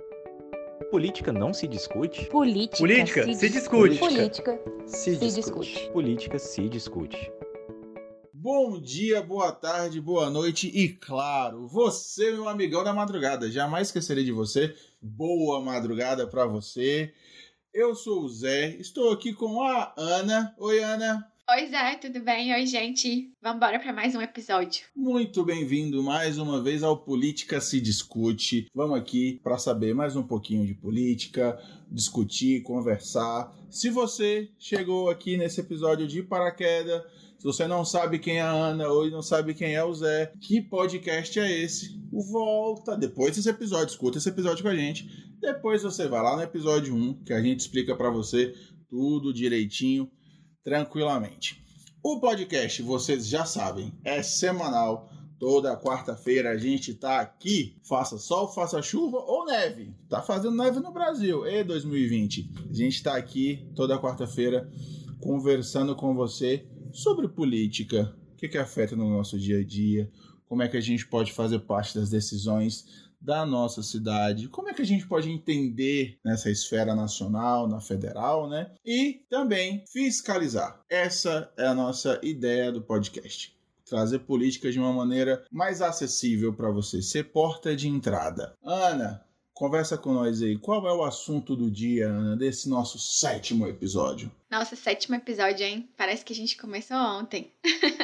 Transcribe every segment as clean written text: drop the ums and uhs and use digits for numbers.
Política não se discute? Política se discute. Política se discute. Bom dia, boa tarde, boa noite e, claro, você, meu amigão da madrugada. Jamais esquecerei de você. Boa madrugada pra você. Eu sou o Zé, estou aqui com a Ana. Oi, Ana. Oi, Zé, tudo bem? Oi, gente. Vambora para mais um episódio. Muito bem-vindo mais uma vez ao Política se Discute. Vamos aqui para saber mais um pouquinho de política, discutir, conversar. Se você chegou aqui nesse episódio de paraquedas, se você não sabe quem é a Ana ou não sabe quem é o Zé, que podcast é esse? Volta depois desse episódio, escuta esse episódio com a gente. Depois você vai lá no episódio 1, que a gente explica para você tudo direitinho, tranquilamente. O podcast, vocês já sabem, é semanal. Toda quarta-feira a gente tá aqui, faça sol, faça chuva ou neve. Tá fazendo neve no Brasil, 2020. A gente tá aqui toda quarta-feira conversando com você sobre política, o que afeta no nosso dia a dia, como é que a gente pode fazer parte das decisões da nossa cidade, como é que a gente pode entender nessa esfera nacional, na federal, né? E também fiscalizar. Essa é a nossa ideia do podcast. Trazer política de uma maneira mais acessível para você, ser porta de entrada. Ana, conversa com nós aí. Qual é o assunto do dia, Ana, desse nosso 7º episódio? Nossa, 7º episódio, hein? Parece que a gente começou ontem.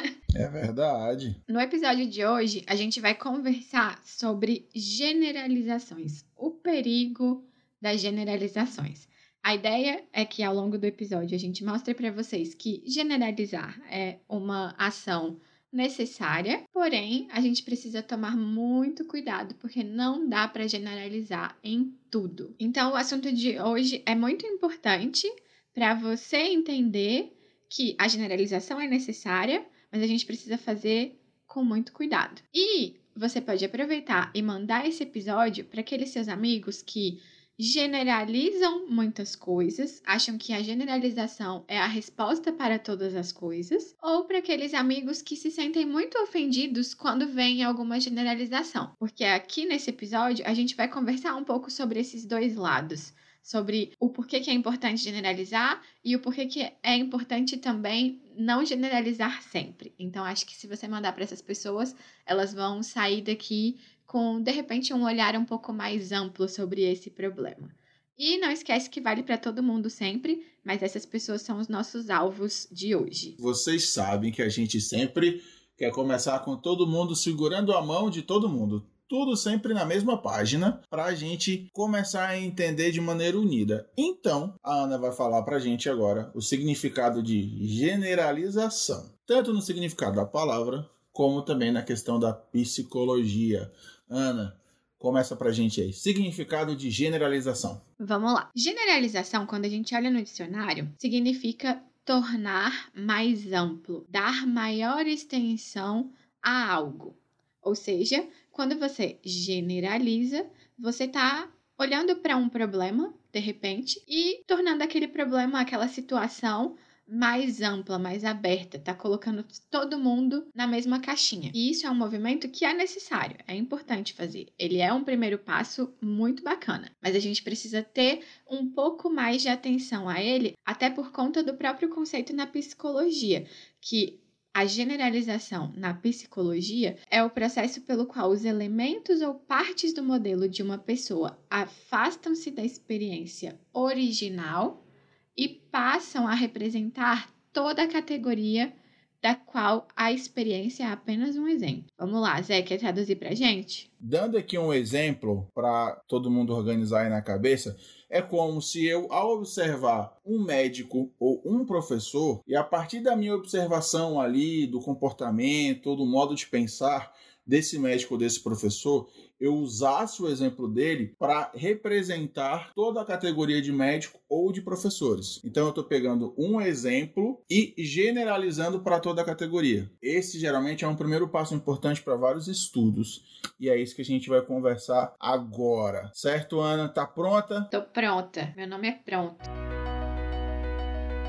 É verdade. No episódio de hoje, a gente vai conversar sobre generalizações. O perigo das generalizações. A ideia é que ao longo do episódio a gente mostre para vocês que generalizar é uma ação necessária, porém a gente precisa tomar muito cuidado porque não dá para generalizar em tudo. Então o assunto de hoje é muito importante para você entender que a generalização é necessária, mas a gente precisa fazer com muito cuidado. E você pode aproveitar e mandar esse episódio para aqueles seus amigos que generalizam muitas coisas, acham que a generalização é a resposta para todas as coisas, ou para aqueles amigos que se sentem muito ofendidos quando vem alguma generalização. Porque aqui nesse episódio a gente vai conversar um pouco sobre esses dois lados, sobre o porquê que é importante generalizar e o porquê que é importante também não generalizar sempre. Então, acho que se você mandar para essas pessoas, elas vão sair daqui com, de repente, um olhar um pouco mais amplo sobre esse problema. E não esquece que vale para todo mundo sempre, mas essas pessoas são os nossos alvos de hoje. Vocês sabem que a gente sempre quer começar com todo mundo segurando a mão de todo mundo. Tudo sempre na mesma página, para a gente começar a entender de maneira unida. Então, a Ana vai falar para a gente agora o significado de generalização, tanto no significado da palavra, como também na questão da psicologia. Ana, começa para a gente aí. Significado de generalização. Vamos lá. Generalização, quando a gente olha no dicionário, significa tornar mais amplo, dar maior extensão a algo. Ou seja, quando você generaliza, você está olhando para um problema, de repente, e tornando aquele problema, aquela situação mais ampla, mais aberta, está colocando todo mundo na mesma caixinha. E isso é um movimento que é necessário, é importante fazer. Ele é um primeiro passo muito bacana, mas a gente precisa ter um pouco mais de atenção a ele, até por conta do próprio conceito na psicologia, que a generalização na psicologia é o processo pelo qual os elementos ou partes do modelo de uma pessoa afastam-se da experiência original e passam a representar toda a categoria da qual a experiência é apenas um exemplo. Vamos lá, Zé, quer traduzir pra gente? Dando aqui um exemplo para todo mundo organizar aí na cabeça, é como se eu, ao observar um médico ou um professor, e a partir da minha observação ali, do comportamento, do modo de pensar desse médico ou desse professor, eu usasse o exemplo dele para representar toda a categoria de médico ou de professores. Então eu estou pegando um exemplo e generalizando para toda a categoria. Esse geralmente é um primeiro passo importante para vários estudos. E é isso que a gente vai conversar agora. Certo, Ana? Tá pronta? Tô pronta. Meu nome é Pronto.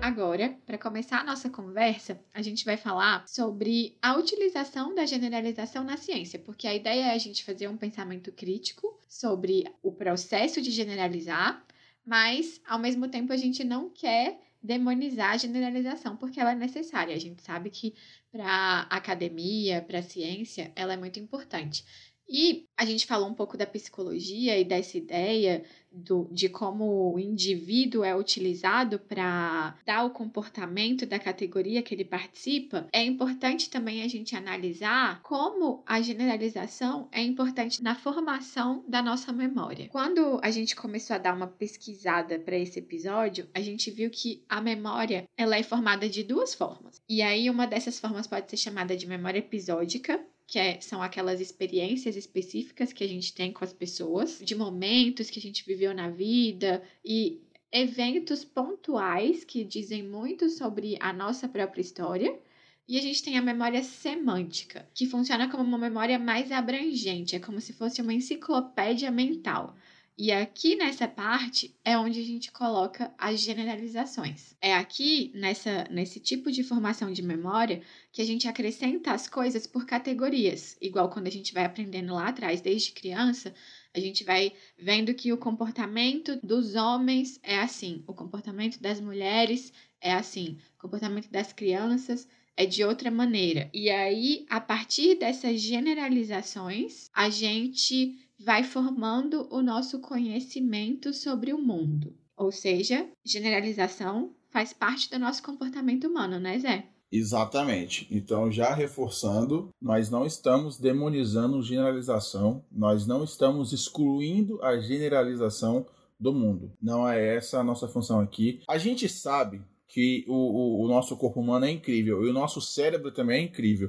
Agora, para começar a nossa conversa, a gente vai falar sobre a utilização da generalização na ciência, porque a ideia é a gente fazer um pensamento crítico sobre o processo de generalizar, mas, ao mesmo tempo, a gente não quer demonizar a generalização, porque ela é necessária. A gente sabe que para a academia, para a ciência, ela é muito importante. E a gente falou um pouco da psicologia e dessa ideia de como o indivíduo é utilizado para dar o comportamento da categoria que ele participa. É importante também a gente analisar como a generalização é importante na formação da nossa memória. Quando a gente começou a dar uma pesquisada para esse episódio, a gente viu que a memória ela é formada de duas formas. E aí uma dessas formas pode ser chamada de memória episódica, são aquelas experiências específicas que a gente tem com as pessoas, de momentos que a gente viveu na vida e eventos pontuais que dizem muito sobre a nossa própria história. E a gente tem a memória semântica, que funciona como uma memória mais abrangente, é como se fosse uma enciclopédia mental. E aqui nessa parte é onde a gente coloca as generalizações. É aqui, nesse tipo de formação de memória, que a gente acrescenta as coisas por categorias. Igual quando a gente vai aprendendo lá atrás, desde criança, a gente vai vendo que o comportamento dos homens é assim, o comportamento das mulheres é assim, o comportamento das crianças é de outra maneira. E aí, a partir dessas generalizações, a gente vai formando o nosso conhecimento sobre o mundo. Ou seja, generalização faz parte do nosso comportamento humano, né, Zé? Exatamente. Então, já reforçando, nós não estamos demonizando generalização, nós não estamos excluindo a generalização do mundo. Não é essa a nossa função aqui. A gente sabe que o nosso corpo humano é incrível e o nosso cérebro também é incrível,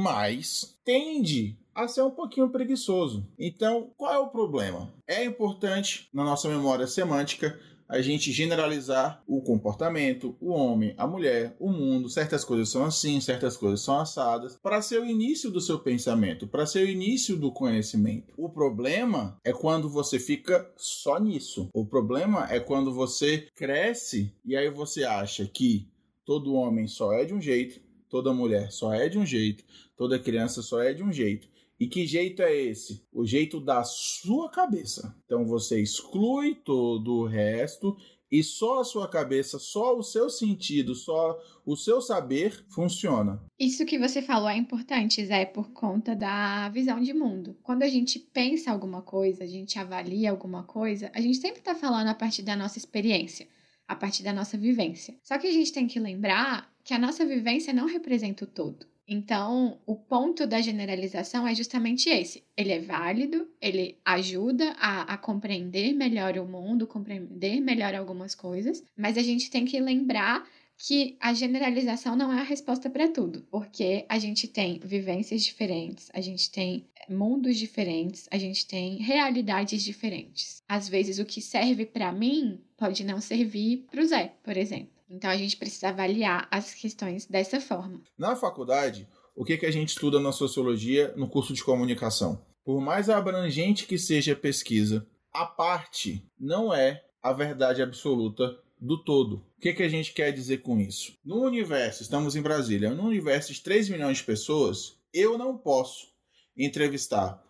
mas tende a ser um pouquinho preguiçoso. Então, qual é o problema? É importante, na nossa memória semântica, a gente generalizar o comportamento, o homem, a mulher, o mundo, certas coisas são assim, certas coisas são assadas, para ser o início do seu pensamento, para ser o início do conhecimento. O problema é quando você fica só nisso. O problema é quando você cresce e aí você acha que todo homem só é de um jeito, toda mulher só é de um jeito, toda criança só é de um jeito. E que jeito é esse? O jeito da sua cabeça. Então você exclui todo o resto e só a sua cabeça, só o seu sentido, só o seu saber funciona. Isso que você falou é importante, Zé, por conta da visão de mundo. Quando a gente pensa alguma coisa, a gente avalia alguma coisa, a gente sempre está falando a partir da nossa experiência, a partir da nossa vivência. Só que a gente tem que lembrar que a nossa vivência não representa o todo. Então, o ponto da generalização é justamente esse. Ele é válido, ele ajuda a compreender melhor o mundo, compreender melhor algumas coisas, mas a gente tem que lembrar que a generalização não é a resposta para tudo, porque a gente tem vivências diferentes, a gente tem mundos diferentes, a gente tem realidades diferentes. Às vezes, o que serve para mim pode não servir para o Zé, por exemplo. Então, a gente precisa avaliar as questões dessa forma. Na faculdade, o que a gente estuda na sociologia no curso de comunicação? Por mais abrangente que seja a pesquisa, a parte não é a verdade absoluta do todo. O que a gente quer dizer com isso? No universo, estamos em Brasília, no universo de 3 milhões de pessoas, eu não posso entrevistar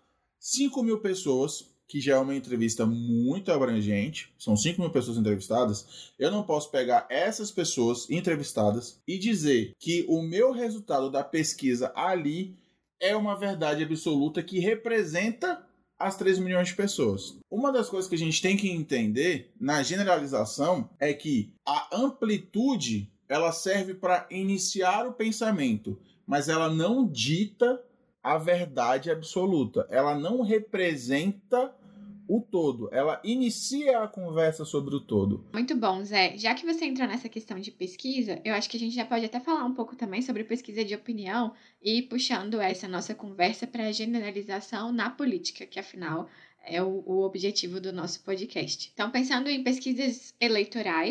5 mil pessoas, que já é uma entrevista muito abrangente, são 5 mil pessoas entrevistadas, eu não posso pegar essas pessoas entrevistadas e dizer que o meu resultado da pesquisa ali é uma verdade absoluta que representa as 3 milhões de pessoas. Uma das coisas que a gente tem que entender na generalização é que a amplitude ela serve para iniciar o pensamento, mas ela não dita a verdade absoluta. Ela não representa o todo. Ela inicia a conversa sobre o todo. Muito bom, Zé. Já que você entrou nessa questão de pesquisa, eu acho que a gente já pode até falar um pouco também sobre pesquisa de opinião e ir puxando essa nossa conversa para a generalização na política, que afinal é o objetivo do nosso podcast. Então, pensando em pesquisas eleitorais,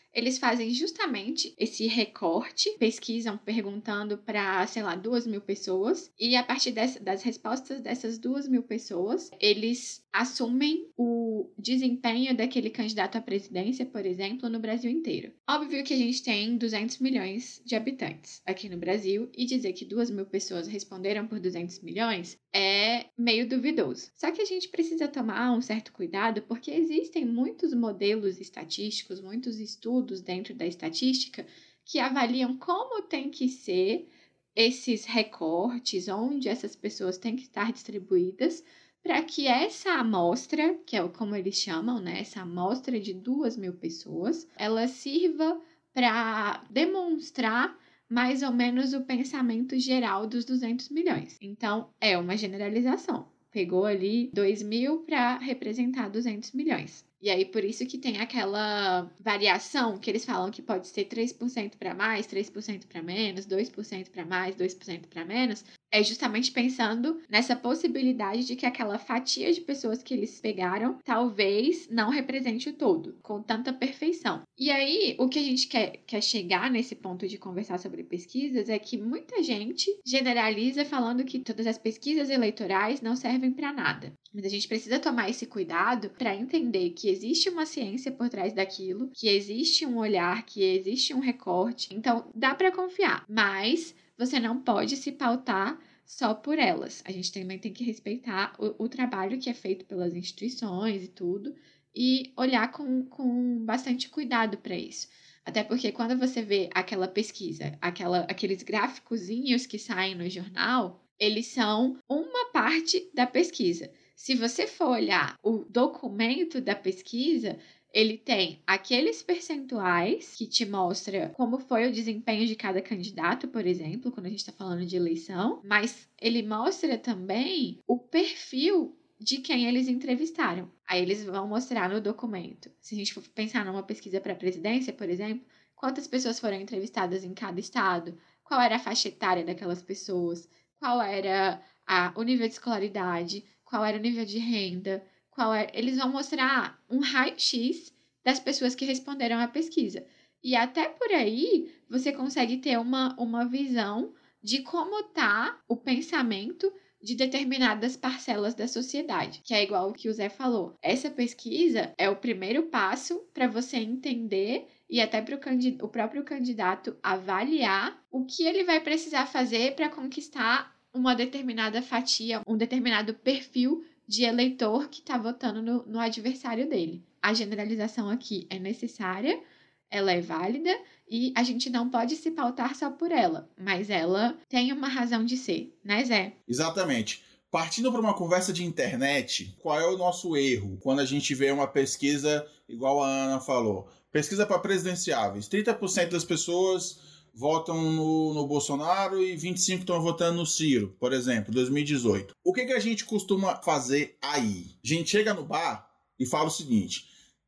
eles fazem justamente esse recorte, pesquisam perguntando para, 2.000 pessoas, e a partir das respostas dessas 2.000 pessoas, eles assumem o desempenho daquele candidato à presidência, por exemplo, no Brasil inteiro. Óbvio que a gente tem 200 milhões de habitantes aqui no Brasil, e dizer que 2.000 pessoas responderam por 200 milhões é meio duvidoso. Só que a gente precisa tomar um certo cuidado, porque existem muitos modelos estatísticos, muitos estudos dentro da estatística que avaliam como tem que ser esses recortes, onde essas pessoas têm que estar distribuídas, para que essa amostra, que é como eles chamam, né, essa amostra de 2.000 pessoas, ela sirva para demonstrar mais ou menos o pensamento geral dos 200 milhões. Então, é uma generalização. Pegou ali 2.000 para representar 200 milhões. E aí, por isso que tem aquela variação que eles falam que pode ser 3% para mais, 3% para menos, 2% para mais, 2% para menos. É justamente pensando nessa possibilidade de que aquela fatia de pessoas que eles pegaram talvez não represente o todo, com tanta perfeição. E aí, o que a gente quer chegar nesse ponto de conversar sobre pesquisas é que muita gente generaliza falando que todas as pesquisas eleitorais não servem para nada. Mas a gente precisa tomar esse cuidado para entender que existe uma ciência por trás daquilo, que existe um olhar, que existe um recorte. Então, dá para confiar, mas você não pode se pautar só por elas. A gente também tem que respeitar o trabalho que é feito pelas instituições e tudo, e olhar com bastante cuidado para isso. Até porque quando você vê aquela pesquisa, aqueles gráficozinhos que saem no jornal, eles são uma parte da pesquisa. Se você for olhar o documento da pesquisa, ele tem aqueles percentuais que te mostra como foi o desempenho de cada candidato, por exemplo, quando a gente está falando de eleição, mas ele mostra também o perfil de quem eles entrevistaram. Aí eles vão mostrar no documento. Se a gente for pensar numa pesquisa para a presidência, por exemplo, quantas pessoas foram entrevistadas em cada estado, qual era a faixa etária daquelas pessoas, qual era o nível de escolaridade, qual era o nível de renda, eles vão mostrar um raio-x das pessoas que responderam à pesquisa. E até por aí, você consegue ter uma visão de como está o pensamento de determinadas parcelas da sociedade, que é igual o que o Zé falou. Essa pesquisa é o primeiro passo para você entender e até para o próprio candidato avaliar o que ele vai precisar fazer para conquistar uma determinada fatia, um determinado perfil de eleitor que está votando no adversário dele. A generalização aqui é necessária, ela é válida e a gente não pode se pautar só por ela, mas ela tem uma razão de ser, né, Zé? Exatamente. Partindo para uma conversa de internet, qual é o nosso erro quando a gente vê uma pesquisa, igual a Ana falou, pesquisa para presidenciáveis, 30% das pessoas votam no Bolsonaro e 25% estão votando no Ciro, por exemplo, 2018. O que a gente costuma fazer aí? A gente chega no bar e fala o seguinte: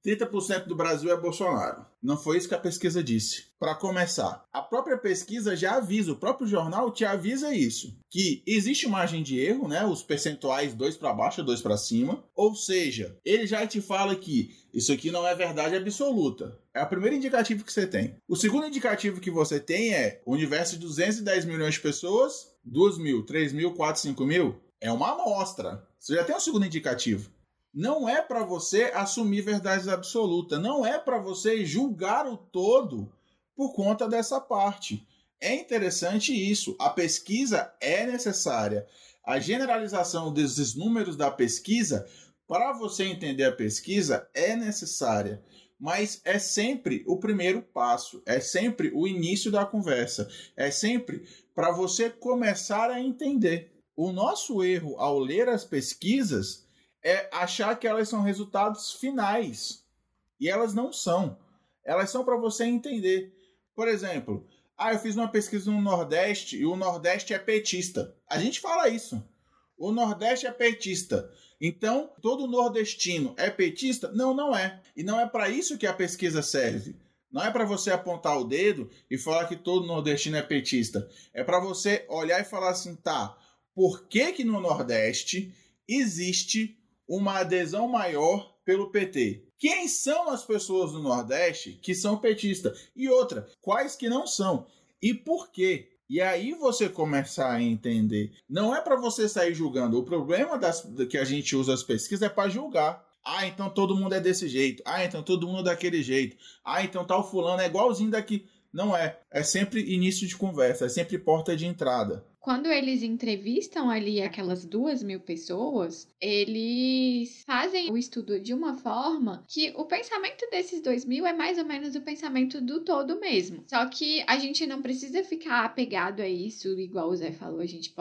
30% do Brasil é Bolsonaro. Não foi isso que a pesquisa disse. Para começar, a própria pesquisa já avisa, o próprio jornal te avisa isso, que existe margem de erro, né? Os percentuais 2 para baixo, 2 para cima. Ou seja, ele já te fala que isso aqui não é verdade absoluta. É o primeiro indicativo que você tem. O segundo indicativo que você tem é o universo de 210 milhões de pessoas, 2.000, 3.000, 4.000, 5.000. É uma amostra. Você já tem um segundo indicativo. Não é para você assumir verdades absolutas. Não é para você julgar o todo por conta dessa parte. É interessante isso. A pesquisa é necessária. A generalização desses números da pesquisa, para você entender a pesquisa, é necessária. Mas é sempre o primeiro passo. É sempre o início da conversa. É sempre para você começar a entender. O nosso erro ao ler as pesquisas é achar que elas são resultados finais. E elas não são. Elas são para você entender. Por exemplo, eu fiz uma pesquisa no Nordeste e o Nordeste é petista. A gente fala isso. O Nordeste é petista. Então, todo nordestino é petista? Não, não é. E não é para isso que a pesquisa serve. Não é para você apontar o dedo e falar que todo nordestino é petista. É para você olhar e falar assim, tá, por que no Nordeste existe uma adesão maior pelo PT. Quem são as pessoas do Nordeste que são petistas? E outra, quais que não são? E por quê? E aí você começar a entender. Não é para você sair julgando. O problema que a gente usa as pesquisas é para julgar. Ah, então todo mundo é desse jeito. Ah, então todo mundo é daquele jeito. Ah, então tal fulano é igualzinho daqui. Não é. É sempre início de conversa. É sempre porta de entrada. Quando eles entrevistam ali aquelas 2.000 pessoas, eles fazem o estudo de uma forma que o pensamento desses 2.000 é mais ou menos o pensamento do todo mesmo. Só que a gente não precisa ficar apegado a isso, igual o Zé falou. A gente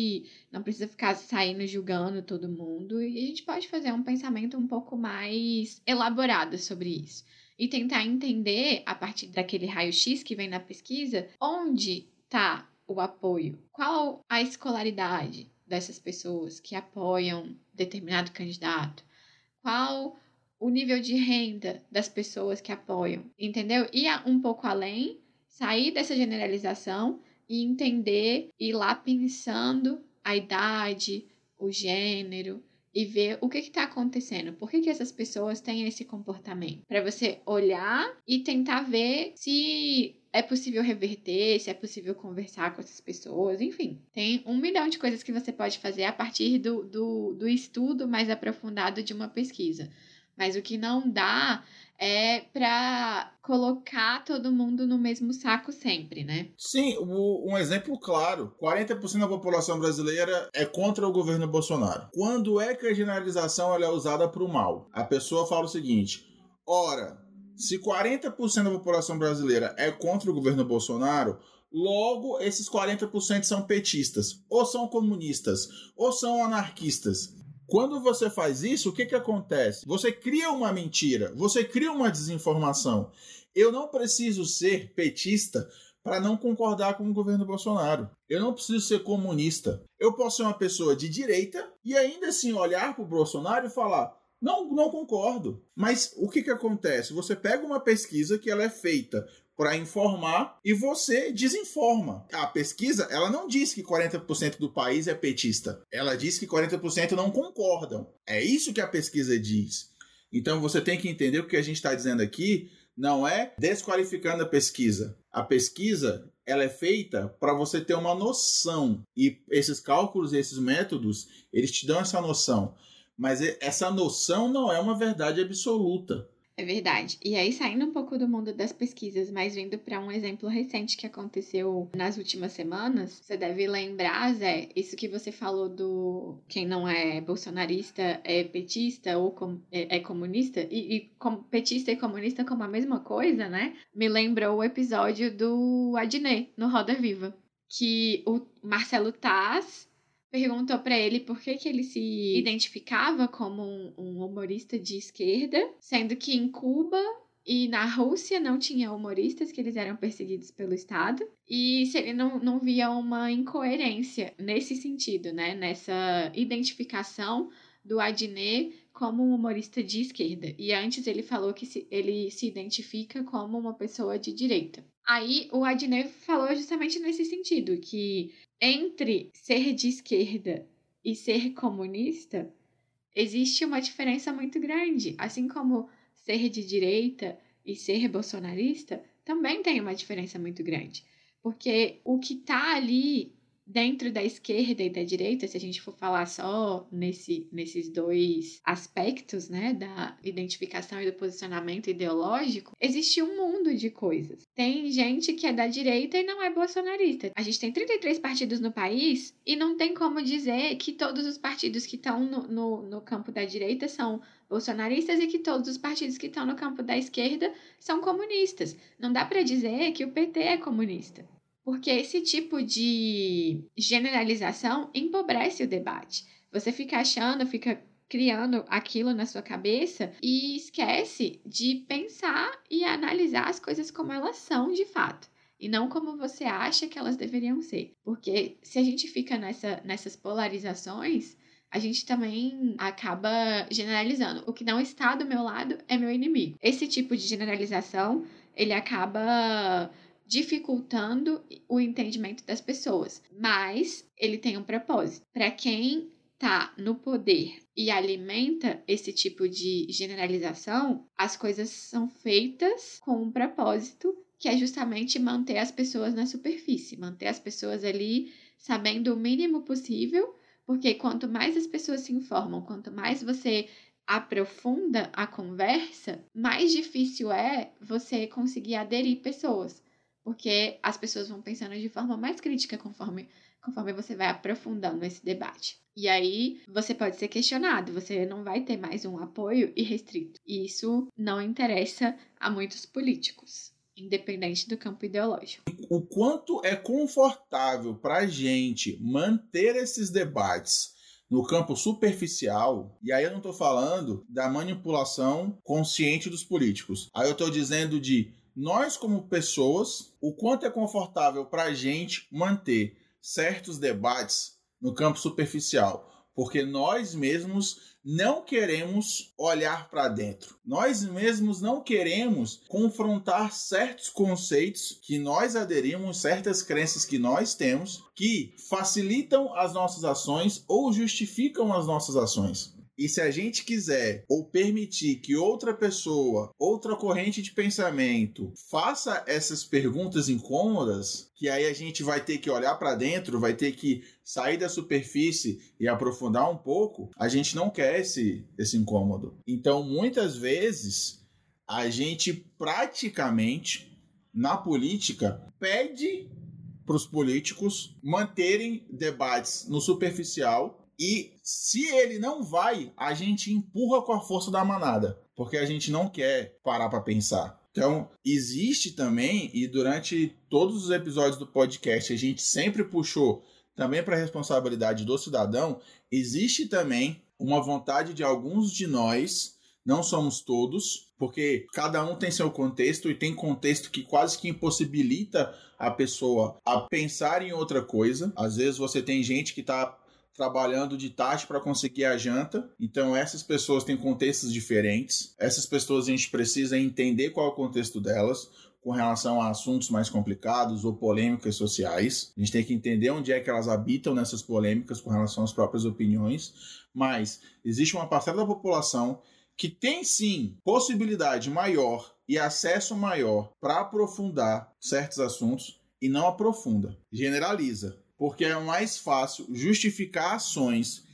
não precisa ficar saindo julgando todo mundo. E a gente pode fazer um pensamento um pouco mais elaborado sobre isso. E tentar entender, a partir daquele raio-x que vem na pesquisa, onde está o apoio, qual a escolaridade dessas pessoas que apoiam determinado candidato, qual o nível de renda das pessoas que apoiam, entendeu? Ir um pouco além, sair dessa generalização e entender, ir lá pensando a idade, o gênero, e ver o que está acontecendo, por que essas pessoas têm esse comportamento. Para você olhar e tentar ver se é possível reverter, se é possível conversar com essas pessoas, enfim. Tem 1 milhão de coisas que você pode fazer a partir do estudo mais aprofundado de uma pesquisa. Mas o que não dá é para colocar todo mundo no mesmo saco sempre, né? Sim, um exemplo claro. 40% da população brasileira é contra o governo Bolsonaro. Quando é que a generalização ela é usada para o mal? A pessoa fala o seguinte: ora, se 40% da população brasileira é contra o governo Bolsonaro, logo esses 40% são petistas, ou são comunistas, ou são anarquistas. Quando você faz isso, o que acontece? Você cria uma mentira, você cria uma desinformação. Eu não preciso ser petista para não concordar com o governo Bolsonaro. Eu não preciso ser comunista. Eu posso ser uma pessoa de direita e ainda assim olhar para o Bolsonaro e falar: não concordo. Mas o que acontece? Você pega uma pesquisa que ela é feita para informar e você desinforma. A pesquisa, ela não diz que 40% do país é petista. Ela diz que 40% não concordam. É isso que a pesquisa diz. Então você tem que entender o que a gente está dizendo aqui não é desqualificando a pesquisa. A pesquisa, ela é feita para você ter uma noção. E esses cálculos, esses métodos, eles te dão essa noção. Mas essa noção não é uma verdade absoluta. É verdade. E aí, saindo um pouco do mundo das pesquisas, mas vindo para um exemplo recente que aconteceu nas últimas semanas, você deve lembrar, Zé, isso que você falou do quem não é bolsonarista é petista ou é comunista, e petista e comunista como a mesma coisa, né? Me lembrou o episódio do Adnet, no Roda Viva, que o Marcelo Taz perguntou para ele por que ele se identificava como um humorista de esquerda, sendo que em Cuba e na Rússia não tinha humoristas, que eles eram perseguidos pelo Estado, e se ele não via uma incoerência nesse sentido, né? Nessa identificação do Adnet como um humorista de esquerda. E antes ele falou que ele se identifica como uma pessoa de direita. Aí o Adnet falou justamente nesse sentido, que entre ser de esquerda e ser comunista, existe uma diferença muito grande. Assim como ser de direita e ser bolsonarista, também tem uma diferença muito grande. Porque o que está ali dentro da esquerda e da direita, se a gente for falar só nesses dois aspectos, né, da identificação e do posicionamento ideológico, existe um mundo de coisas. Tem gente que é da direita e não é bolsonarista. A gente tem 33 partidos no país e não tem como dizer que todos os partidos que estão no campo da direita são bolsonaristas e que todos os partidos que estão no campo da esquerda são comunistas. Não dá para dizer que o PT é comunista. Porque esse tipo de generalização empobrece o debate. Você fica criando aquilo na sua cabeça e esquece de pensar e analisar as coisas como elas são de fato. E não como você acha que elas deveriam ser. Porque se a gente fica nessas polarizações, a gente também acaba generalizando. O que não está do meu lado é meu inimigo. Esse tipo de generalização, ele acaba dificultando o entendimento das pessoas, mas ele tem um propósito. Para quem está no poder e alimenta esse tipo de generalização, as coisas são feitas com um propósito, que é justamente manter as pessoas na superfície, manter as pessoas ali sabendo o mínimo possível, porque quanto mais as pessoas se informam, quanto mais você aprofunda a conversa, mais difícil é você conseguir aderir pessoas, porque as pessoas vão pensando de forma mais crítica conforme você vai aprofundando esse debate. E aí você pode ser questionado, você não vai ter mais um apoio irrestrito. E isso não interessa a muitos políticos, independente do campo ideológico. O quanto é confortável para a gente manter esses debates no campo superficial, e aí eu não estou falando da manipulação consciente dos políticos. Aí eu estou dizendo de nós como pessoas, o quanto é confortável para a gente manter certos debates no campo superficial, porque nós mesmos não queremos olhar para dentro. Nós mesmos não queremos confrontar certos conceitos que nós aderimos, certas crenças que nós temos, que facilitam as nossas ações ou justificam as nossas ações. E se a gente quiser ou permitir que outra pessoa, outra corrente de pensamento faça essas perguntas incômodas, que aí a gente vai ter que olhar para dentro, vai ter que sair da superfície e aprofundar um pouco, a gente não quer esse incômodo. Então, muitas vezes, a gente praticamente, na política, pede para os políticos manterem debates no superficial. E se ele não vai, a gente empurra com a força da manada, porque a gente não quer parar para pensar. Então, existe também, e durante todos os episódios do podcast a gente sempre puxou também para a responsabilidade do cidadão, existe também uma vontade de alguns de nós, não somos todos, porque cada um tem seu contexto e tem contexto que quase que impossibilita a pessoa a pensar em outra coisa. Às vezes você tem gente que está trabalhando de tarde para conseguir a janta. Então essas pessoas têm contextos diferentes. Essas pessoas a gente precisa entender qual é o contexto delas com relação a assuntos mais complicados ou polêmicas sociais. A gente tem que entender onde é que elas habitam nessas polêmicas com relação às próprias opiniões. Mas existe uma parcela da população que tem sim possibilidade maior e acesso maior para aprofundar certos assuntos e não aprofunda, generaliza. Porque é mais fácil justificar ações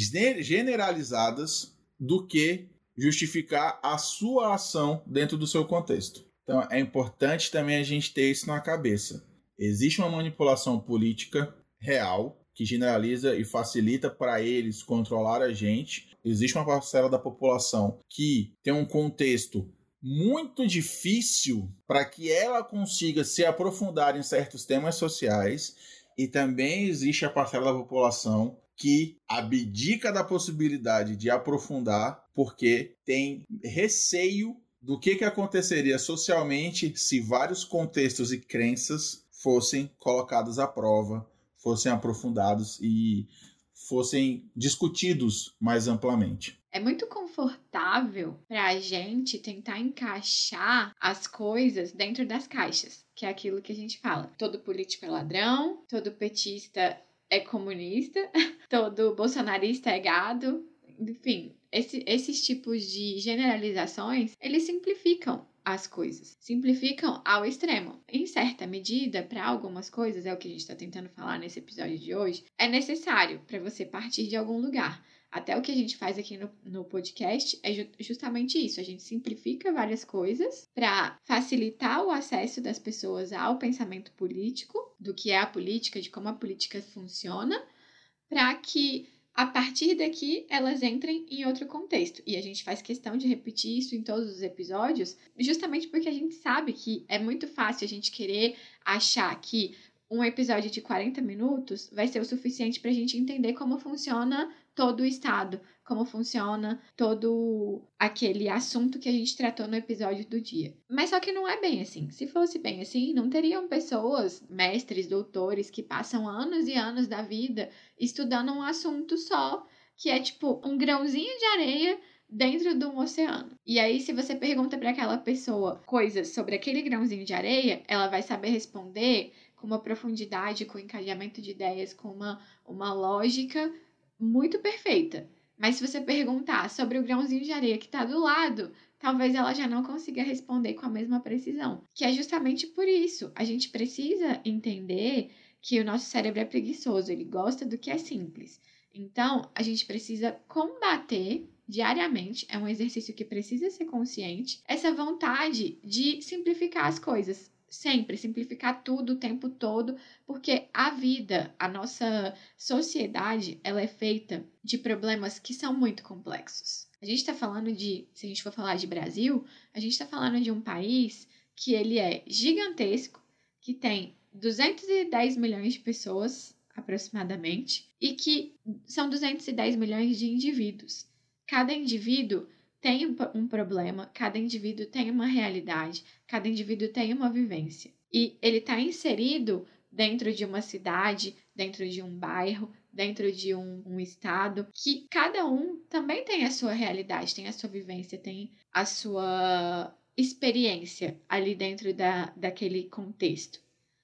generalizadas do que justificar a sua ação dentro do seu contexto. Então é importante também a gente ter isso na cabeça. Existe uma manipulação política real que generaliza e facilita para eles controlar a gente. Existe uma parcela da população que tem um contexto muito difícil para que ela consiga se aprofundar em certos temas sociais. E também existe a parcela da população que abdica da possibilidade de aprofundar porque tem receio do que aconteceria socialmente se vários contextos e crenças fossem colocados à prova, fossem aprofundados e fossem discutidos mais amplamente. É muito confortável para a gente tentar encaixar as coisas dentro das caixas, que é aquilo que a gente fala. Todo político é ladrão, todo petista é comunista, todo bolsonarista é gado. Enfim, esses tipos de generalizações, eles simplificam as coisas. Simplificam ao extremo. Em certa medida, para algumas coisas, é o que a gente está tentando falar nesse episódio de hoje, é necessário para você partir de algum lugar. Até o que a gente faz aqui no podcast é justamente isso. A gente simplifica várias coisas para facilitar o acesso das pessoas ao pensamento político, do que é a política, de como a política funciona, para que a partir daqui elas entrem em outro contexto. E a gente faz questão de repetir isso em todos os episódios, justamente porque a gente sabe que é muito fácil a gente querer achar que um episódio de 40 minutos vai ser o suficiente para a gente entender como funciona todo o Estado, como funciona todo aquele assunto que a gente tratou no episódio do dia. Mas só que não é bem assim. Se fosse bem assim, não teriam pessoas, mestres, doutores, que passam anos e anos da vida estudando um assunto só, que é tipo um grãozinho de areia dentro de um oceano. E aí, se você pergunta para aquela pessoa coisas sobre aquele grãozinho de areia, ela vai saber responder com uma profundidade, com encadeamento de ideias, com uma lógica muito perfeita. Mas se você perguntar sobre o grãozinho de areia que está do lado, talvez ela já não consiga responder com a mesma precisão. Que é justamente por isso. A gente precisa entender que o nosso cérebro é preguiçoso, ele gosta do que é simples. Então, a gente precisa combater diariamente, é um exercício que precisa ser consciente, essa vontade de simplificar as coisas. Sempre simplificar tudo o tempo todo, porque a vida, a nossa sociedade, ela é feita de problemas que são muito complexos. A gente está falando de, se a gente for falar de Brasil, a gente está falando de um país que ele é gigantesco, que tem 210 milhões de pessoas, aproximadamente, e que são 210 milhões de indivíduos. Cada indivíduo tem um problema, cada indivíduo tem uma realidade, cada indivíduo tem uma vivência. E ele está inserido dentro de uma cidade, dentro de um bairro, dentro de um estado, que cada um também tem a sua realidade, tem a sua vivência, tem a sua experiência ali dentro daquele contexto.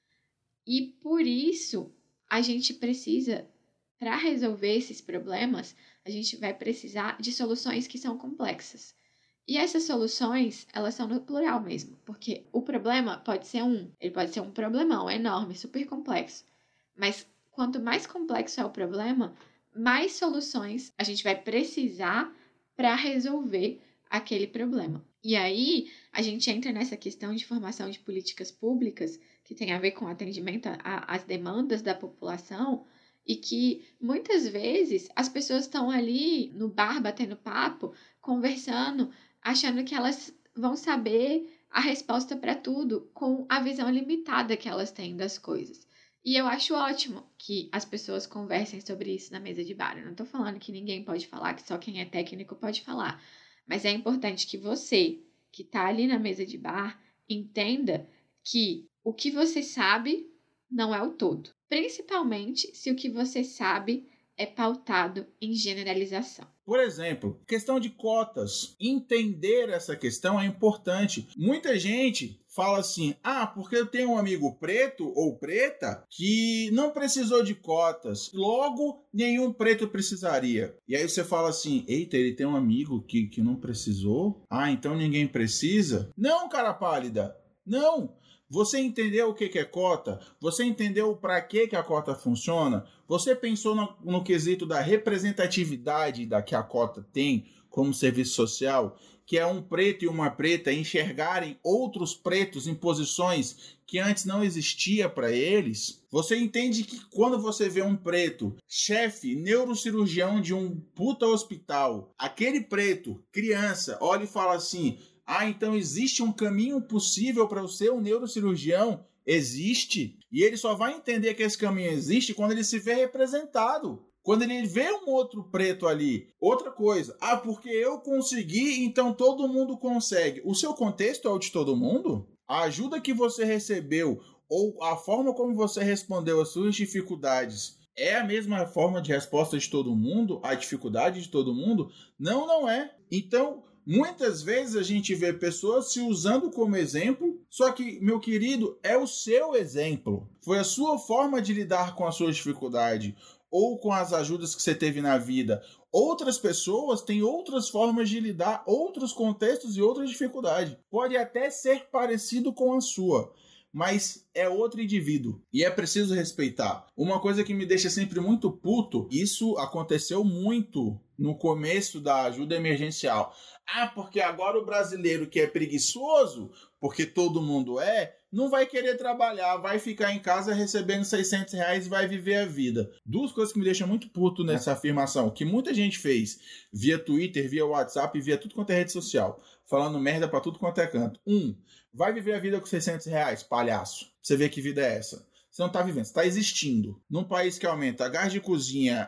E por isso, a gente precisa, para resolver esses problemas, a gente vai precisar de soluções que são complexas. E essas soluções, elas são no plural mesmo, porque o problema pode ser ele pode ser um problemão enorme, super complexo. Mas quanto mais complexo é o problema, mais soluções a gente vai precisar para resolver aquele problema. E aí, a gente entra nessa questão de formação de políticas públicas, que tem a ver com atendimento às demandas da população, e que muitas vezes as pessoas estão ali no bar batendo papo, conversando, achando que elas vão saber a resposta para tudo com a visão limitada que elas têm das coisas. E eu acho ótimo que as pessoas conversem sobre isso na mesa de bar. Eu não estou falando que ninguém pode falar, que só quem é técnico pode falar. Mas é importante que você, que está ali na mesa de bar, entenda que o que você sabe não é o todo. Principalmente se o que você sabe é pautado em generalização. Por exemplo, questão de cotas. Entender essa questão é importante. Muita gente fala assim, porque eu tenho um amigo preto ou preta que não precisou de cotas, logo nenhum preto precisaria. E aí você fala assim, eita, ele tem um amigo que não precisou? Então ninguém precisa? Não, cara pálida, não! Você entendeu o que é cota? Você entendeu para que a cota funciona? Você pensou no quesito da representatividade que a cota tem como serviço social? Que é um preto e uma preta enxergarem outros pretos em posições que antes não existia para eles? Você entende que quando você vê um preto, chefe, neurocirurgião de um puta hospital, aquele preto, criança, olha e fala assim... então existe um caminho possível para eu ser um neurocirurgião? Existe. E ele só vai entender que esse caminho existe quando ele se vê representado. Quando ele vê um outro preto ali. Outra coisa. Porque eu consegui, então todo mundo consegue. O seu contexto é o de todo mundo? A ajuda que você recebeu ou a forma como você respondeu às suas dificuldades é a mesma forma de resposta de todo mundo? A dificuldade de todo mundo? Não, não é. Então... muitas vezes a gente vê pessoas se usando como exemplo, só que, meu querido, é o seu exemplo. Foi a sua forma de lidar com a sua dificuldade ou com as ajudas que você teve na vida. Outras pessoas têm outras formas de lidar, outros contextos e outras dificuldades. Pode até ser parecido com a sua, mas é outro indivíduo e é preciso respeitar. Uma coisa que me deixa sempre muito puto, isso aconteceu muito no começo da ajuda emergencial. Porque agora o brasileiro que é preguiçoso, porque todo mundo não vai querer trabalhar, vai ficar em casa recebendo R$600 e vai viver a vida. Duas coisas que me deixam muito puto nessa afirmação, que muita gente fez via Twitter, via WhatsApp, via tudo quanto é rede social, falando merda pra tudo quanto é canto. Vai viver a vida com R$600, palhaço. Você vê que vida é essa? Você não está vivendo, você está existindo. Num país que aumenta gás de cozinha,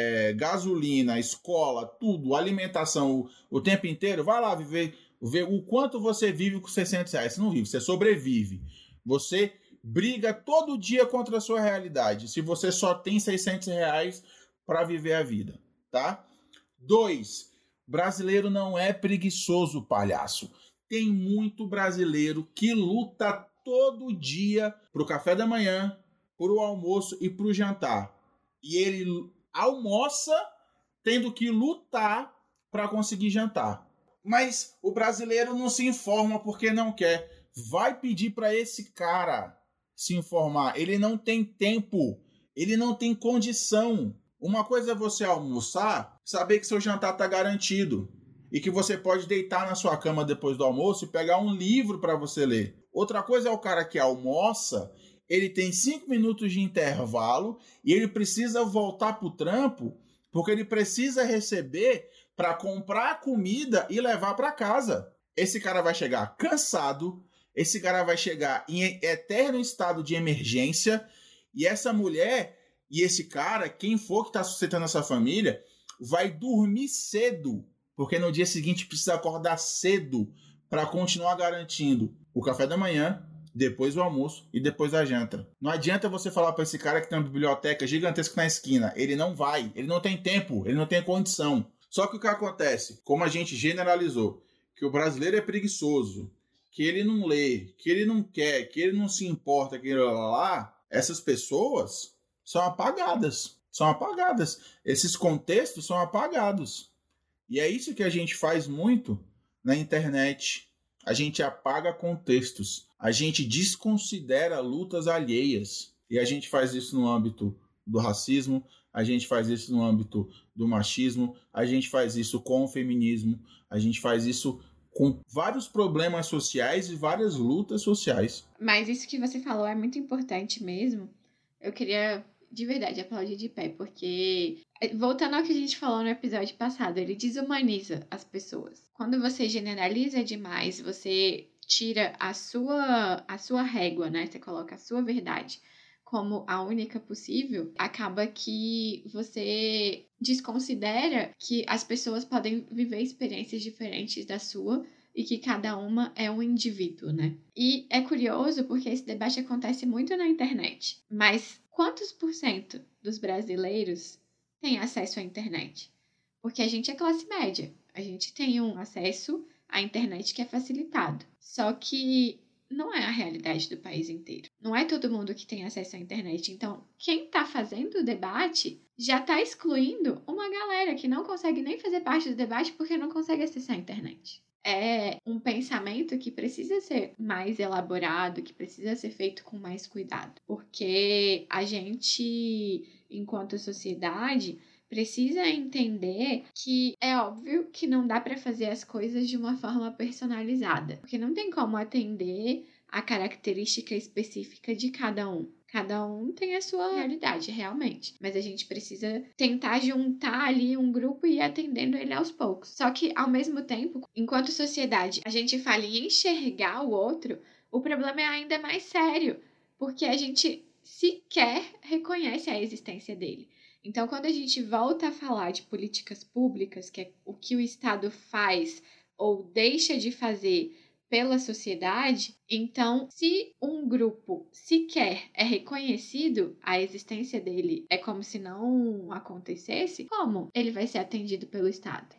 gasolina, escola, tudo, alimentação o tempo inteiro, vai lá ver o quanto você vive com R$600. Você não vive, você sobrevive. Você briga todo dia contra a sua realidade, se você só tem R$600 para viver a vida, tá? 2. Brasileiro não é preguiçoso, palhaço. Tem muito brasileiro que luta todo dia pro café da manhã, pro almoço e pro jantar. E ele almoça tendo que lutar para conseguir jantar. Mas o brasileiro não se informa porque não quer. Vai pedir para esse cara se informar. Ele não tem tempo, ele não tem condição. Uma coisa é você almoçar, saber que seu jantar está garantido e que você pode deitar na sua cama depois do almoço e pegar um livro para você ler. Outra coisa é o cara que almoça, ele tem 5 minutos de intervalo e ele precisa voltar para o trampo porque ele precisa receber para comprar comida e levar para casa. Esse cara vai chegar cansado, esse cara vai chegar em eterno estado de emergência e essa mulher e esse cara, quem for que está sustentando essa família, vai dormir cedo, porque no dia seguinte precisa acordar cedo para continuar garantindo o café da manhã, depois o almoço e depois a janta. Não adianta você falar para esse cara que tem uma biblioteca gigantesca na esquina. Ele não vai, ele não tem tempo, ele não tem condição. Só que o que acontece, como a gente generalizou, que o brasileiro é preguiçoso, que ele não lê, que ele não quer, que ele não se importa, que lá, essas pessoas são apagadas. São apagadas. Esses contextos são apagados. E é isso que a gente faz muito na internet. A gente apaga contextos. A gente desconsidera lutas alheias. E a gente faz isso no âmbito do racismo, a gente faz isso no âmbito do machismo, a gente faz isso com o feminismo, a gente faz isso com vários problemas sociais e várias lutas sociais. Mas isso que você falou é muito importante mesmo. Eu queria, de verdade, aplaudir de pé, porque, voltando ao que a gente falou no episódio passado, ele desumaniza as pessoas. Quando você generaliza demais, você tira a sua régua, né? Você coloca a sua verdade como a única possível, acaba que você desconsidera que as pessoas podem viver experiências diferentes da sua e que cada uma é um indivíduo, né? E é curioso porque esse debate acontece muito na internet, mas quantos % dos brasileiros têm acesso à internet? Porque a gente é classe média, a gente tem um acesso à internet que é facilitado, só que não é a realidade do país inteiro. Não é todo mundo que tem acesso à internet. Então, quem está fazendo o debate já está excluindo uma galera que não consegue nem fazer parte do debate porque não consegue acessar a internet. É um pensamento que precisa ser mais elaborado, que precisa ser feito com mais cuidado. Porque a gente, enquanto sociedade, precisa entender que é óbvio que não dá para fazer as coisas de uma forma personalizada, porque não tem como atender a característica específica de cada um. Cada um tem a sua realidade, realmente. Mas a gente precisa tentar juntar ali um grupo e ir atendendo ele aos poucos. Só que, ao mesmo tempo, enquanto sociedade, a gente fala em enxergar o outro, o problema é ainda mais sério, porque a gente sequer reconhece a existência dele. Então, quando a gente volta a falar de políticas públicas, que é o que o Estado faz ou deixa de fazer pela sociedade, então, se um grupo sequer é reconhecido, a existência dele é como se não acontecesse, como ele vai ser atendido pelo Estado?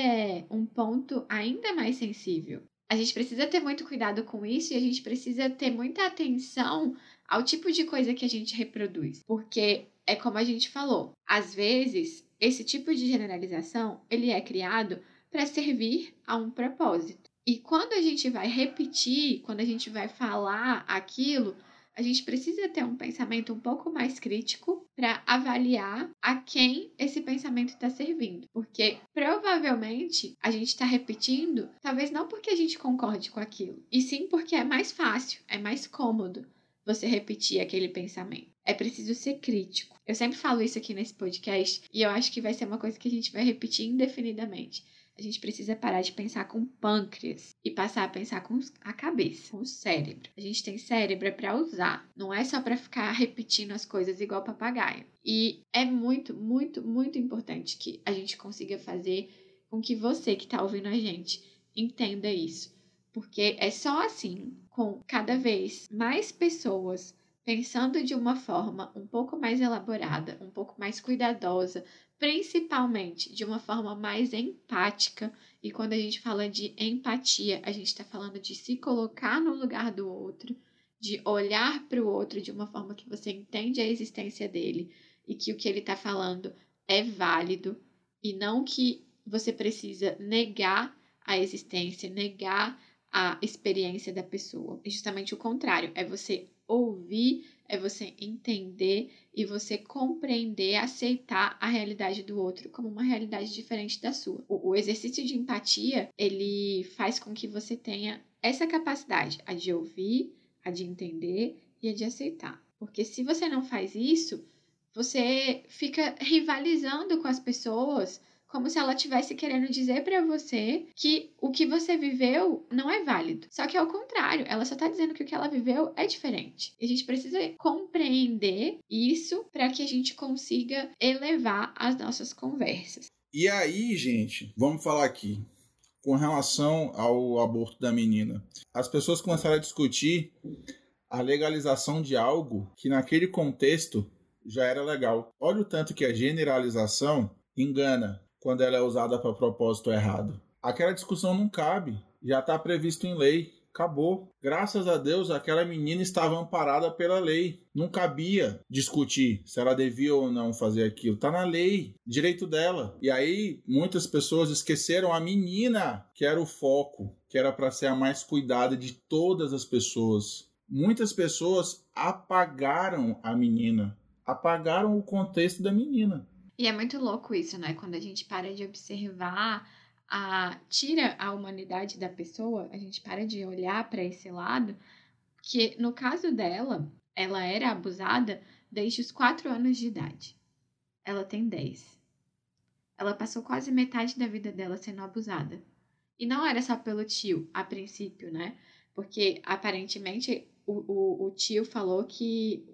É um ponto ainda mais sensível. A gente precisa ter muito cuidado com isso e a gente precisa ter muita atenção ao tipo de coisa que a gente reproduz, porque é como a gente falou, às vezes esse tipo de generalização ele é criado para servir a um propósito. E quando a gente vai repetir, quando a gente vai falar aquilo, a gente precisa ter um pensamento um pouco mais crítico para avaliar a quem esse pensamento está servindo. Porque provavelmente a gente está repetindo, talvez não porque a gente concorde com aquilo, e sim porque é mais fácil, é mais cômodo você repetir aquele pensamento. É preciso ser crítico. Eu sempre falo isso aqui nesse podcast e eu acho que vai ser uma coisa que a gente vai repetir indefinidamente. A gente precisa parar de pensar com o pâncreas e passar a pensar com a cabeça, com o cérebro. A gente tem cérebro para usar, não é só para ficar repetindo as coisas igual papagaio. E é muito, muito, muito importante que a gente consiga fazer com que você que está ouvindo a gente entenda isso. Porque é só assim, com cada vez mais pessoas pensando de uma forma um pouco mais elaborada, um pouco mais cuidadosa, principalmente de uma forma mais empática. E quando a gente fala de empatia, a gente está falando de se colocar no lugar do outro, de olhar para o outro de uma forma que você entende a existência dele e que o que ele está falando é válido e não que você precisa negar a existência, negar a experiência da pessoa. É justamente o contrário, é você ouvir, é você entender e você compreender, aceitar a realidade do outro como uma realidade diferente da sua. O exercício de empatia, ele faz com que você tenha essa capacidade, a de ouvir, a de entender e a de aceitar. Porque se você não faz isso, você fica rivalizando com as pessoas, como se ela estivesse querendo dizer para você que o que você viveu não é válido. Só que é o contrário, ela só tá dizendo que o que ela viveu é diferente. E a gente precisa compreender isso para que a gente consiga elevar as nossas conversas. E aí, gente, vamos falar aqui. Com relação ao aborto da menina, as pessoas começaram a discutir a legalização de algo que naquele contexto já era legal. Olha o tanto que a generalização engana quando ela é usada para propósito errado. Aquela discussão não cabe, já está previsto em lei, acabou. Graças a Deus, aquela menina estava amparada pela lei. Não cabia discutir se ela devia ou não fazer aquilo. Está na lei, direito dela. E aí, muitas pessoas esqueceram a menina, que era o foco, que era para ser a mais cuidada de todas as pessoas. Muitas pessoas apagaram a menina, apagaram o contexto da menina. E é muito louco isso, né? Quando a gente para de observar, tira a humanidade da pessoa, a gente para de olhar para esse lado, que no caso dela, ela era abusada desde os 4 anos de idade. Ela tem 10. Ela passou quase metade da vida dela sendo abusada. E não era só pelo tio, a princípio, né? Porque aparentemente o tio falou que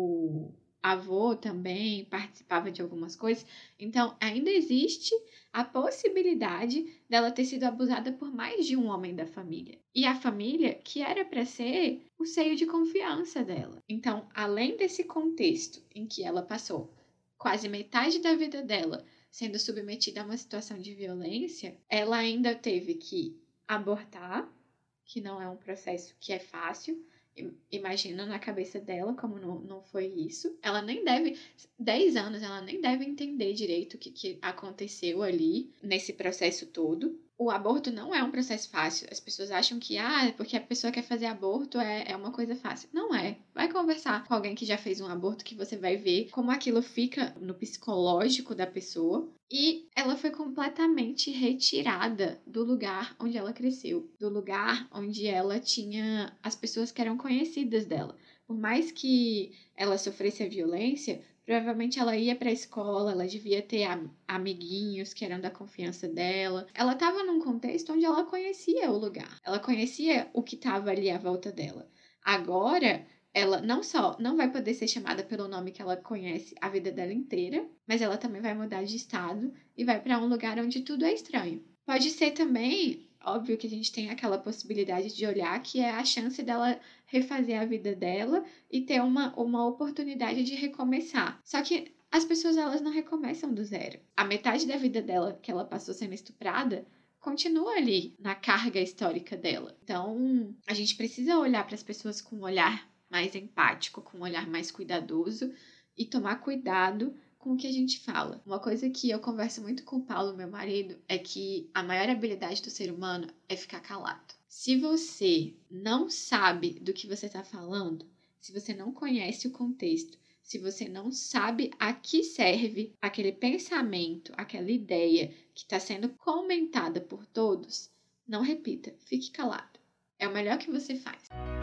o avô também participava de algumas coisas. Então, ainda existe a possibilidade dela ter sido abusada por mais de um homem da família. E a família que era para ser o seio de confiança dela. Então, além desse contexto em que ela passou quase metade da vida dela sendo submetida a uma situação de violência, ela ainda teve que abortar, que não é um processo que é fácil. Imagina na cabeça dela como não foi isso. Ela nem deve, 10 anos, ela nem deve entender direito o que aconteceu ali nesse processo todo. O aborto não é um processo fácil. As pessoas acham que, porque a pessoa quer fazer aborto é uma coisa fácil. Não é. Vai conversar com alguém que já fez um aborto que você vai ver como aquilo fica no psicológico da pessoa. E ela foi completamente retirada do lugar onde ela cresceu, do lugar onde ela tinha as pessoas que eram conhecidas dela. Por mais que ela sofresse a violência, provavelmente ela ia para a escola, ela devia ter amiguinhos que eram da confiança dela. Ela estava num contexto onde ela conhecia o lugar, ela conhecia o que estava ali à volta dela. Agora, ela não só não vai poder ser chamada pelo nome que ela conhece a vida dela inteira, mas ela também vai mudar de estado e vai para um lugar onde tudo é estranho. Pode ser também, óbvio que a gente tem aquela possibilidade de olhar que é a chance dela refazer a vida dela e ter uma oportunidade de recomeçar. Só que as pessoas, elas não recomeçam do zero. A metade da vida dela que ela passou sendo estuprada continua ali na carga histórica dela. Então, a gente precisa olhar para as pessoas com um olhar mais empático, com um olhar mais cuidadoso e tomar cuidado com o que a gente fala. Uma coisa que eu converso muito com o Paulo, meu marido, é que a maior habilidade do ser humano é ficar calado. Se você não sabe do que você está falando, se você não conhece o contexto, se você não sabe a que serve aquele pensamento, aquela ideia que está sendo comentada por todos, não repita, fique calado. É o melhor que você faz.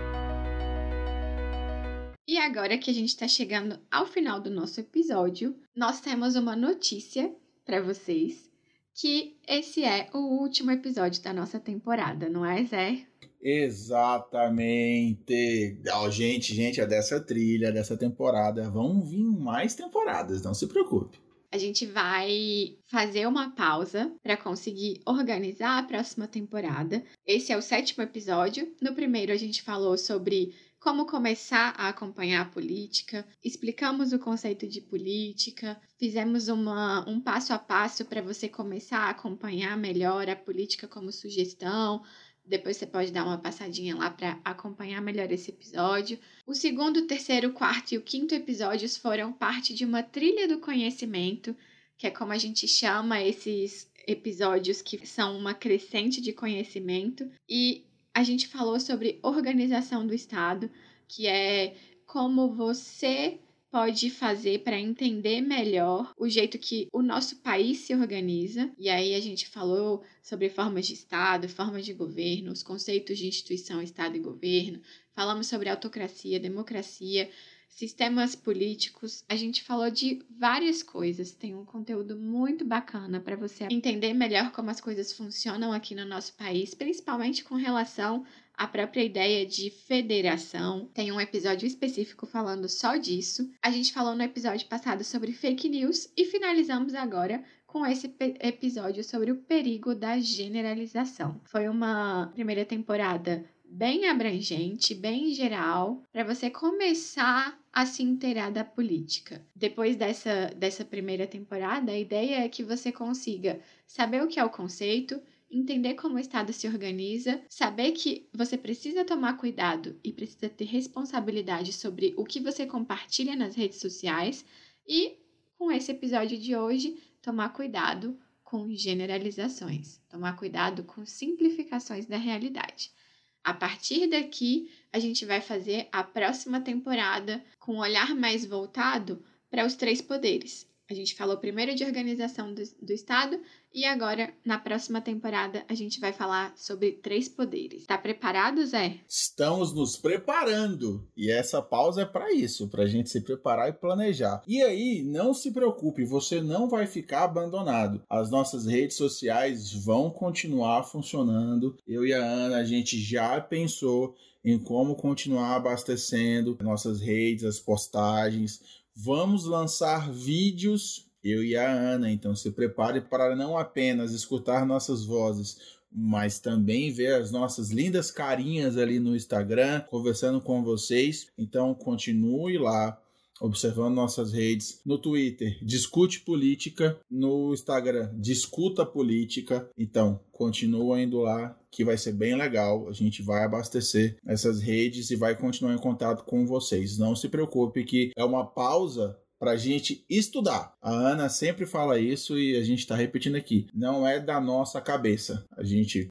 E agora que a gente está chegando ao final do nosso episódio, nós temos uma notícia para vocês, que esse é o último episódio da nossa temporada, não é, Zé? Exatamente. Gente, é dessa trilha, dessa temporada. Vão vir mais temporadas, não se preocupe. A gente vai fazer uma pausa para conseguir organizar a próxima temporada. Esse é o 7º episódio. No primeiro, a gente falou sobre como começar a acompanhar a política, explicamos o conceito de política, fizemos um passo a passo para você começar a acompanhar melhor a política como sugestão. Depois você pode dar uma passadinha lá para acompanhar melhor esse episódio. O 2º, 3º, 4º e o 5º episódios foram parte de uma trilha do conhecimento que é como a gente chama esses episódios que são uma crescente de conhecimento. E a gente falou sobre organização do Estado, que é como você pode fazer para entender melhor o jeito que o nosso país se organiza. E aí a gente falou sobre formas de Estado, formas de governo, os conceitos de instituição, Estado e governo. Falamos sobre autocracia, democracia, sistemas políticos. A gente falou de várias coisas. Tem um conteúdo muito bacana para você entender melhor como as coisas funcionam aqui no nosso país, principalmente com relação à própria ideia de federação. Tem um episódio específico falando só disso. A gente falou no episódio passado sobre fake news e finalizamos agora com esse episódio sobre o perigo da generalização. Foi uma primeira temporada bem abrangente, bem geral, para você começar a se inteirar da política. Depois dessa primeira temporada, a ideia é que você consiga saber o que é o conceito, entender como o Estado se organiza, saber que você precisa tomar cuidado e precisa ter responsabilidade sobre o que você compartilha nas redes sociais e, com esse episódio de hoje, tomar cuidado com generalizações, tomar cuidado com simplificações da realidade. A partir daqui, a gente vai fazer a próxima temporada com um olhar mais voltado para os 3 poderes. A gente falou primeiro de organização do Estado e agora, na próxima temporada, a gente vai falar sobre 3 poderes. Tá preparado, Zé? Estamos nos preparando. E essa pausa é para isso, para a gente se preparar e planejar. E aí, não se preocupe, você não vai ficar abandonado. As nossas redes sociais vão continuar funcionando. Eu e a Ana, a gente já pensou em como continuar abastecendo nossas redes, as postagens. Vamos lançar vídeos, eu e a Ana, então se prepare para não apenas escutar nossas vozes, mas também ver as nossas lindas carinhas ali no Instagram, conversando com vocês. Então continue lá, observando nossas redes. No Twitter, Discute Política. No Instagram, Discuta Política. Então, continua indo lá, que vai ser bem legal. A gente vai abastecer essas redes e vai continuar em contato com vocês. Não se preocupe que é uma pausa pra gente estudar. A Ana sempre fala isso e a gente tá repetindo aqui. Não é da nossa cabeça. A gente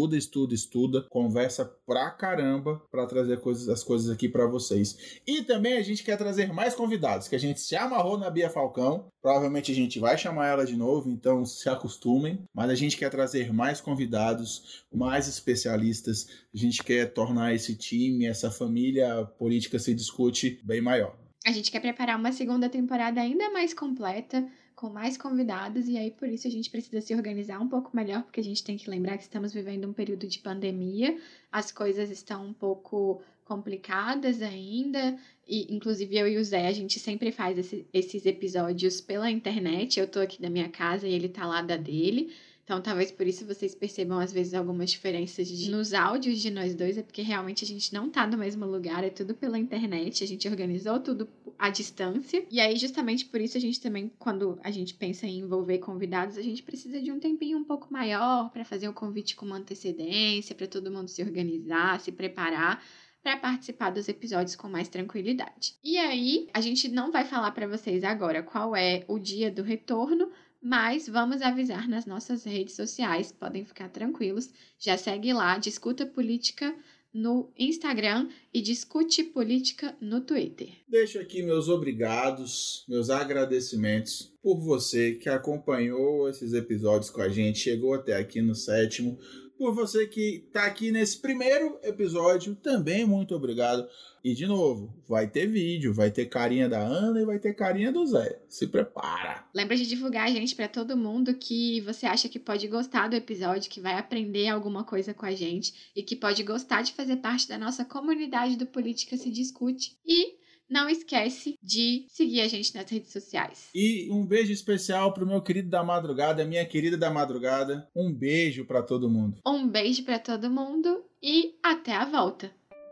estuda, conversa pra caramba pra trazer as coisas aqui pra vocês. E também a gente quer trazer mais convidados, que a gente se amarrou na Bia Falcão. Provavelmente a gente vai chamar ela de novo, então se acostumem. Mas a gente quer trazer mais convidados, mais especialistas. A gente quer tornar esse time, essa família política se discute bem maior. A gente quer preparar uma segunda temporada ainda mais completa, com mais convidados, e aí por isso a gente precisa se organizar um pouco melhor, porque a gente tem que lembrar que estamos vivendo um período de pandemia, as coisas estão um pouco complicadas ainda, e inclusive eu e o Zé, a gente sempre faz esses episódios pela internet, eu tô aqui da minha casa e ele tá lá da dele. Então, talvez por isso vocês percebam, às vezes, algumas diferenças nos áudios de nós dois. É porque realmente a gente não tá no mesmo lugar, é tudo pela internet. A gente organizou tudo à distância. E aí, justamente por isso, a gente também, quando a gente pensa em envolver convidados, a gente precisa de um tempinho um pouco maior para fazer o convite com uma antecedência, para todo mundo se organizar, se preparar para participar dos episódios com mais tranquilidade. E aí, a gente não vai falar para vocês agora qual é o dia do retorno, mas vamos avisar nas nossas redes sociais, podem ficar tranquilos. Já segue lá, Discuta Política no Instagram e Discute Política no Twitter. Deixo aqui meus obrigados, meus agradecimentos por você que acompanhou esses episódios com a gente, chegou até aqui no 7º. Por você que está aqui nesse primeiro episódio, também muito obrigado. E, de novo, vai ter vídeo, vai ter carinha da Ana e vai ter carinha do Zé. Se prepara! Lembra de divulgar a gente para todo mundo que você acha que pode gostar do episódio, que vai aprender alguma coisa com a gente e que pode gostar de fazer parte da nossa comunidade do Política Se Discute. E não esquece de seguir a gente nas redes sociais. E um beijo especial pro meu querido da madrugada, minha querida da madrugada. Um beijo para todo mundo. Um beijo para todo mundo e até a volta.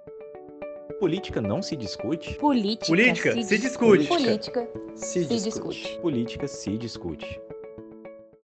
Política não se discute? Política se discute. Política Se se discute. Política se discute.